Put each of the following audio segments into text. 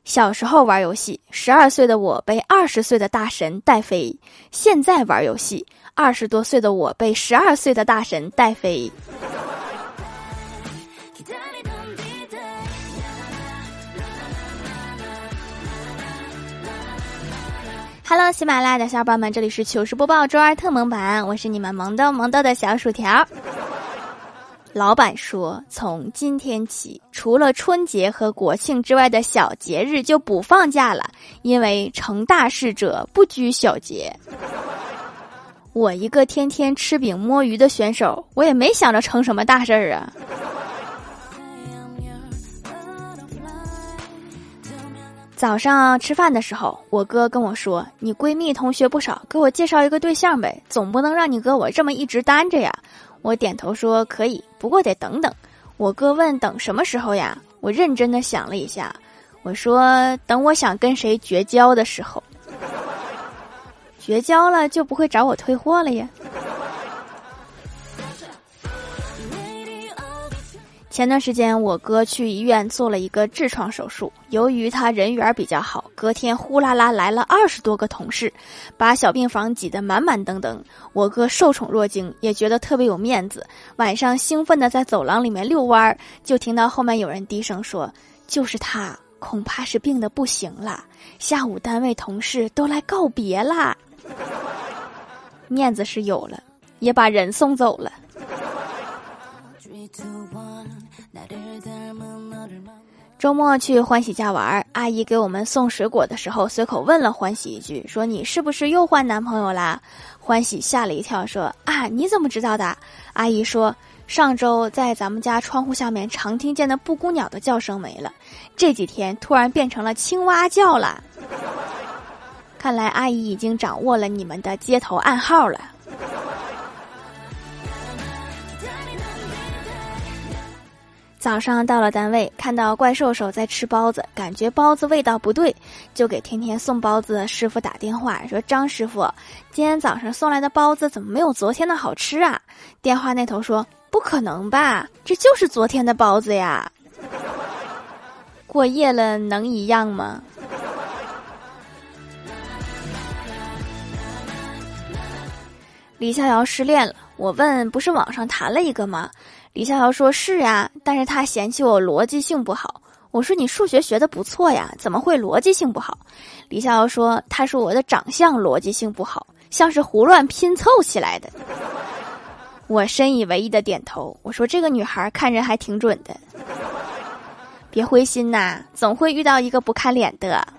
小时候玩游戏，12岁的我被20岁的大神带飞；现在玩游戏，20多岁的我被12岁的大神带飞。Hello， 喜马拉雅的小伙伴们，这里是糗事播报周二特萌版，我是你们萌豆的小薯条。老板说，从今天起，除了春节和国庆之外的小节日就不放假了，因为成大事者不拘小节。我一个天天吃饼摸鱼的选手，我也没想着成什么大事儿啊。早上吃饭的时候，我哥跟我说，你闺蜜同学不少，给我介绍一个对象呗，总不能让你哥我这么一直单着呀。我点头说可以，不过得等等。我哥问等什么时候呀？我认真的想了一下，我说等我想跟谁绝交的时候。绝交了就不会找我退货了呀。前段时间我哥去医院做了一个痔疮手术，由于他人缘比较好，隔天呼啦啦来了20多个同事，把小病房挤得满满登登。我哥受宠若惊，也觉得特别有面子，晚上兴奋地在走廊里面遛弯，就听到后面有人低声说，就是他恐怕是病得不行了，下午单位同事都来告别啦。面子是有了，也把人送走了。周末去欢喜家玩，阿姨给我们送水果的时候，随口问了欢喜一句，说你是不是又换男朋友啦？欢喜吓了一跳，说啊，你怎么知道的？阿姨说，上周在咱们家窗户下面常听见的布谷鸟的叫声没了，这几天突然变成了青蛙叫了。看来阿姨已经掌握了你们的街头暗号了。早上到了单位，看到怪兽兽在吃包子，感觉包子味道不对，就给天天送包子的师傅打电话，说张师傅，今天早上送来的包子怎么没有昨天的好吃啊？电话那头说，不可能吧，这就是昨天的包子呀。过夜了能一样吗？李逍遥失恋了，我问不是网上谈了一个吗？李逍遥说是啊，但是他嫌弃我逻辑性不好。我说你数学学得不错呀，怎么会逻辑性不好？李逍遥说他说我的长相逻辑性不好，像是胡乱拼凑起来的。我深以为意的点头，我说这个女孩看人还挺准的。别灰心呐，总会遇到一个不看脸的。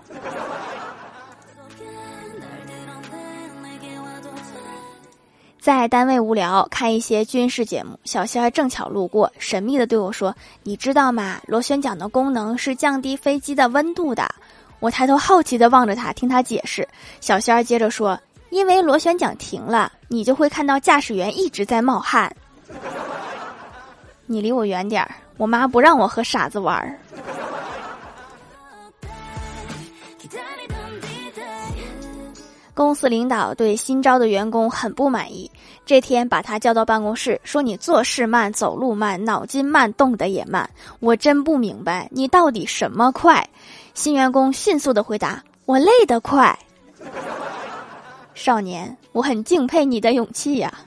在单位无聊，看一些军事节目，小仙儿正巧路过，神秘地对我说，你知道吗，螺旋桨的功能是降低飞机的温度的。我抬头好奇地望着他，听他解释。小仙儿接着说，因为螺旋桨停了，你就会看到驾驶员一直在冒汗。你离我远点儿，我妈不让我和傻子玩。公司领导对新招的员工很不满意，这天把他叫到办公室，说你做事慢，走路慢，脑筋慢，动得也慢，我真不明白你到底什么快。新员工迅速地回答，我累得快。少年，我很敬佩你的勇气呀。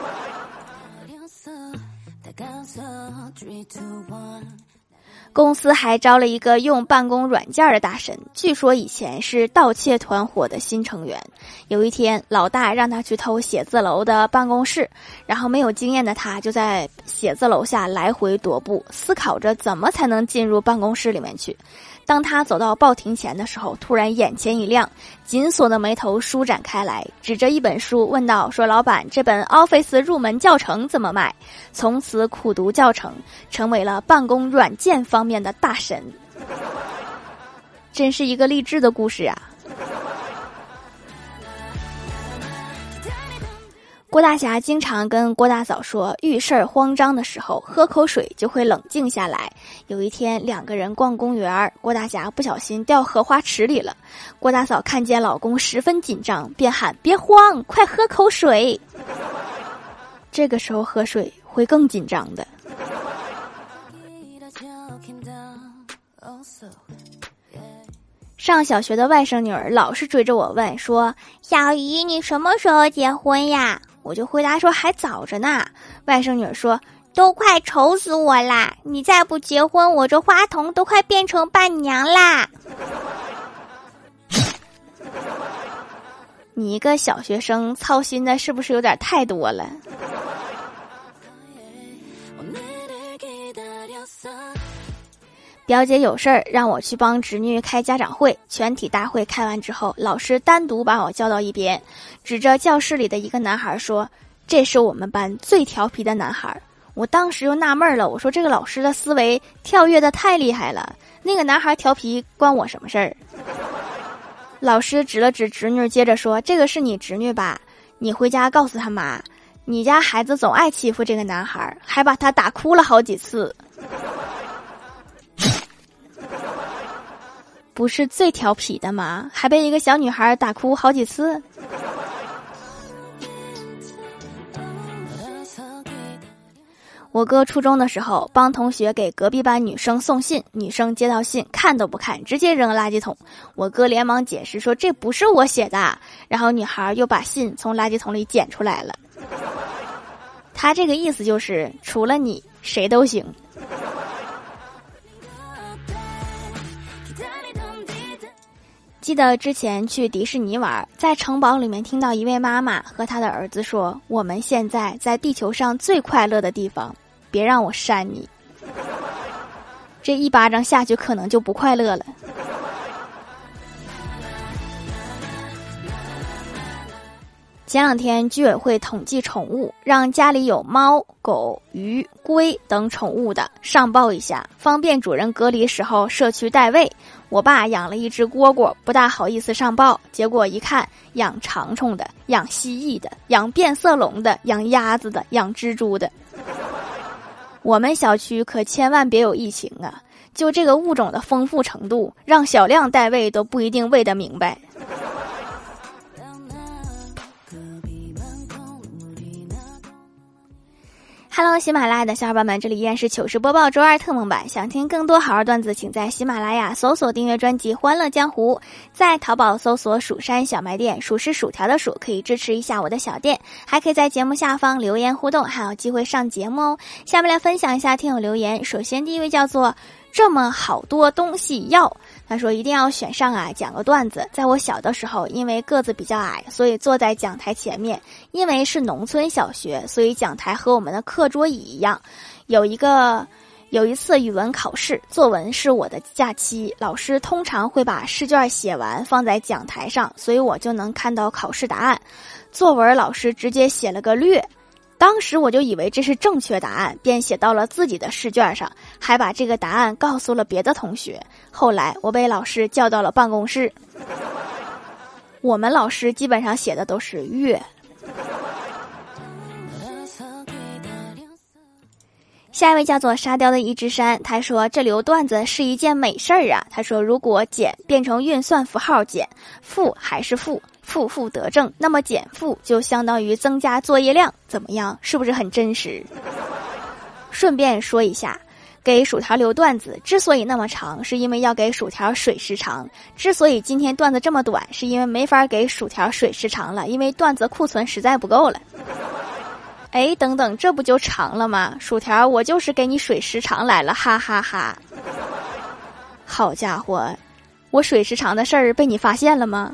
公司还招了一个用办公软件的大神，据说以前是盗窃团伙的新成员。有一天，老大让他去偷写字楼的办公室，然后没有经验的他就在写字楼下来回踱步，思考着怎么才能进入办公室里面去。当他走到报亭前的时候，突然眼前一亮，紧锁的眉头舒展开来，指着一本书问道，说老板，这本 Office 入门教程怎么卖？从此苦读教程，成为了办公软件方面的大神。真是一个励志的故事啊。郭大侠经常跟郭大嫂说，遇事儿慌张的时候喝口水就会冷静下来。有一天两个人逛公园，郭大侠不小心掉荷花池里了。郭大嫂看见老公十分紧张，便喊别慌，快喝口水。这个时候喝水会更紧张的。 上小学的外甥女儿老是追着我问说：“小姨，你什么时候结婚呀？”我就回答说：“还早着呢。”外甥女儿说：“都快愁死我啦！你再不结婚，我这花童都快变成伴娘啦！”你一个小学生操心的是不是有点太多了？表姐有事儿让我去帮侄女开家长会，全体大会开完之后，老师单独把我叫到一边，指着教室里的一个男孩说：“这是我们班最调皮的男孩。”我当时又纳闷了，我说这个老师的思维跳跃的太厉害了，那个男孩调皮关我什么事儿？老师指了指侄女，接着说：“这个是你侄女吧？你回家告诉他妈，你家孩子总爱欺负这个男孩，还把他打哭了好几次。”不是最调皮的吗？还被一个小女孩打哭好几次。我哥初中的时候帮同学给隔壁班女生送信，女生接到信看都不看，直接扔垃圾桶。我哥连忙解释说这不是我写的，然后女孩又把信从垃圾桶里捡出来了。他这个意思就是除了你谁都行。记得之前去迪士尼玩，在城堡里面听到一位妈妈和她的儿子说：“我们现在在地球上最快乐的地方，别让我扇你。”这一巴掌下去可能就不快乐了。前两天居委会统计宠物，让家里有猫、狗、鱼、龟等宠物的上报一下，方便主人隔离时候社区代位。我爸养了一只蝈蝈，不大好意思上报，结果一看，养长虫的，养蜥蜴的，养变色龙的，养鸭子的，养蜘蛛的。我们小区可千万别有疫情啊！就这个物种的丰富程度，让小亮代喂都不一定喂得明白。Hello， 喜马拉雅的小伙伴们，这里依然是糗事播报周二特蒙版。想听更多好玩段子，请在喜马拉雅搜索订阅专辑《欢乐江湖》，在淘宝搜索蜀山小卖店，蜀是薯条的蜀，可以支持一下我的小店，还可以在节目下方留言互动，还有机会上节目哦。下面来分享一下听友留言。首先第一位叫做这么好多东西要，他说一定要选上啊，讲个段子。在我小的时候，因为个子比较矮，所以坐在讲台前面，因为是农村小学，所以讲台和我们的课桌椅一样。有一次语文考试，作文是我的假期，老师通常会把试卷写完放在讲台上，所以我就能看到考试答案。作文老师直接写了个略，当时我就以为这是正确答案，便写到了自己的试卷上，还把这个答案告诉了别的同学。后来我被老师叫到了办公室，我们老师基本上写的都是略。下一位叫做沙雕的一只山，他说这留段子是一件美事儿啊。他说如果减变成运算符号减，负还是负，负负得正，那么减负就相当于增加作业量，怎么样？是不是很真实？顺便说一下，给薯条留段子之所以那么长，是因为要给薯条水时长；之所以今天段子这么短，是因为没法给薯条水时长了，因为段子库存实在不够了。哎，等等，这不就长了吗？薯条，我就是给你水时长来了，哈哈哈。好家伙，我水时长的事儿被你发现了吗？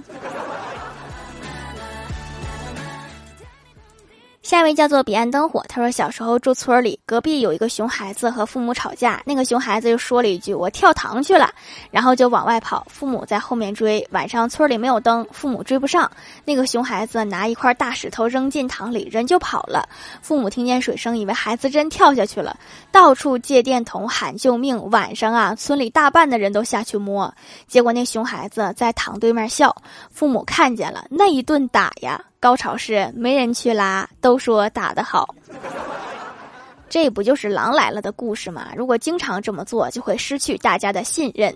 下一位叫做彼岸灯火，他说小时候住村里，隔壁有一个熊孩子和父母吵架，那个熊孩子就说了一句我跳塘去了，然后就往外跑，父母在后面追，晚上村里没有灯，父母追不上，那个熊孩子拿一块大石头扔进塘里，人就跑了，父母听见水声以为孩子真跳下去了，到处借电筒喊救命，晚上啊村里大半的人都下去摸，结果那熊孩子在塘对面笑，父母看见了，那一顿打呀，高潮是没人去拉，都说打得好。这不就是狼来了的故事吗？如果经常这么做，就会失去大家的信任。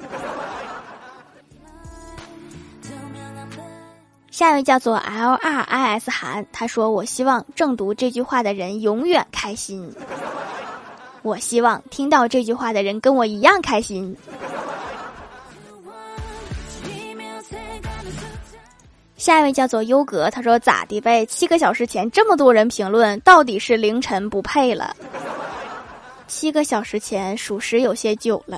下一位叫做 LRIS 韩，他说我希望正读这句话的人永远开心，我希望听到这句话的人跟我一样开心。 下一位叫做优格，他说咋的呗？7个小时前这么多人评论，到底是凌晨不配了？7个小时前属实有些久了。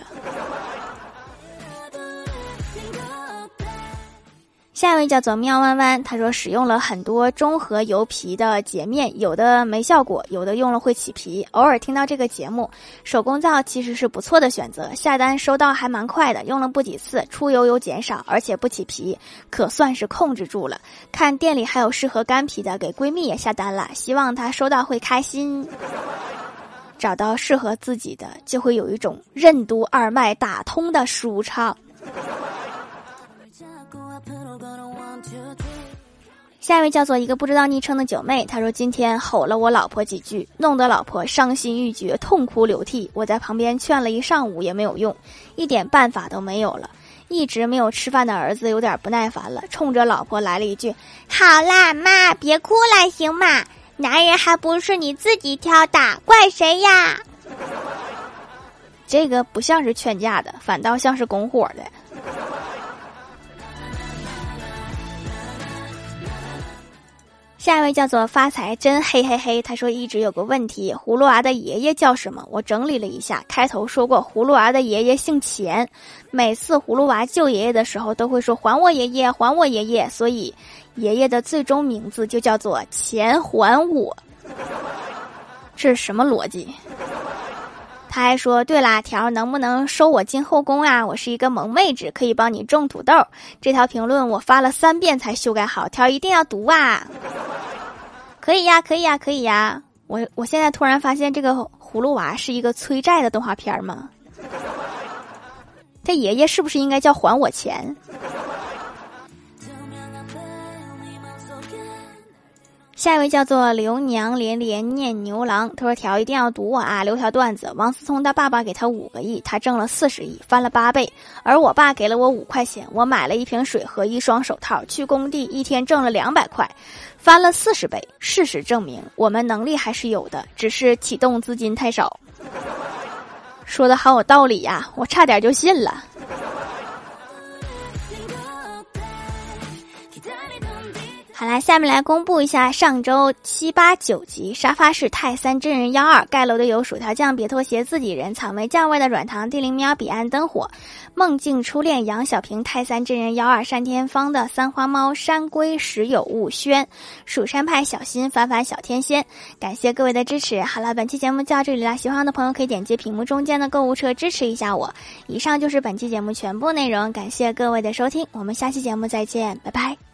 下一位叫做喵弯弯，他说使用了很多中和油皮的洁面，有的没效果，有的用了会起皮。偶尔听到这个节目，手工皂其实是不错的选择，下单收到还蛮快的，用了不几次，出油有减少，而且不起皮，可算是控制住了。看店里还有适合干皮的，给闺蜜也下单了，希望她收到会开心。找到适合自己的，就会有一种任督二脉打通的舒畅。下一位叫做一个不知道昵称的九妹，她说今天吼了我老婆几句，弄得老婆伤心欲绝，痛哭流涕。我在旁边劝了一上午也没有用，一点办法都没有了。一直没有吃饭的儿子有点不耐烦了，冲着老婆来了一句：好啦妈，别哭了行吗？男人还不是你自己挑的，怪谁呀？这个不像是劝架的，反倒像是拱火的。下一位叫做发财真嘿嘿嘿，他说一直有个问题，葫芦娃的爷爷叫什么？我整理了一下，开头说过葫芦娃的爷爷姓钱，每次葫芦娃救爷爷的时候都会说还我爷爷还我爷爷，所以爷爷的最终名字就叫做钱还我。这是什么逻辑？他还说对啦，条能不能收我进后宫啊？我是一个萌妹纸，可以帮你种土豆。这条评论我发了3遍才修改好，条一定要读啊。可以呀可以呀可以呀。我现在突然发现这个葫芦娃是一个催债的动画片吗？他爷爷是不是应该叫还我钱？下一位叫做刘娘连连念牛郎，他说条一定要读我啊，留条段子。王思聪他爸爸给他5个亿，他挣了40亿，翻了8倍，而我爸给了我5块钱，我买了1瓶水和1双手套，去工地一天挣了200块，翻了40倍。事实证明我们能力还是有的，只是启动资金太少。说的好有道理呀，我差点就信了。好啦，下面来公布一下上周7、8、9集沙发是泰3真人12，盖楼的有薯条酱、别拖鞋、自己人、草莓酱味的软糖、地灵喵、彼岸灯火、梦境初恋、杨小平、泰3真人12、单天芳的三花猫、山龟、石有物、轩、蜀山派、小新、凡凡、小天仙。感谢各位的支持。好了，本期节目就到这里啦，喜欢的朋友可以点击屏幕中间的购物车支持一下我。以上就是本期节目全部内容，感谢各位的收听，我们下期节目再见，拜拜。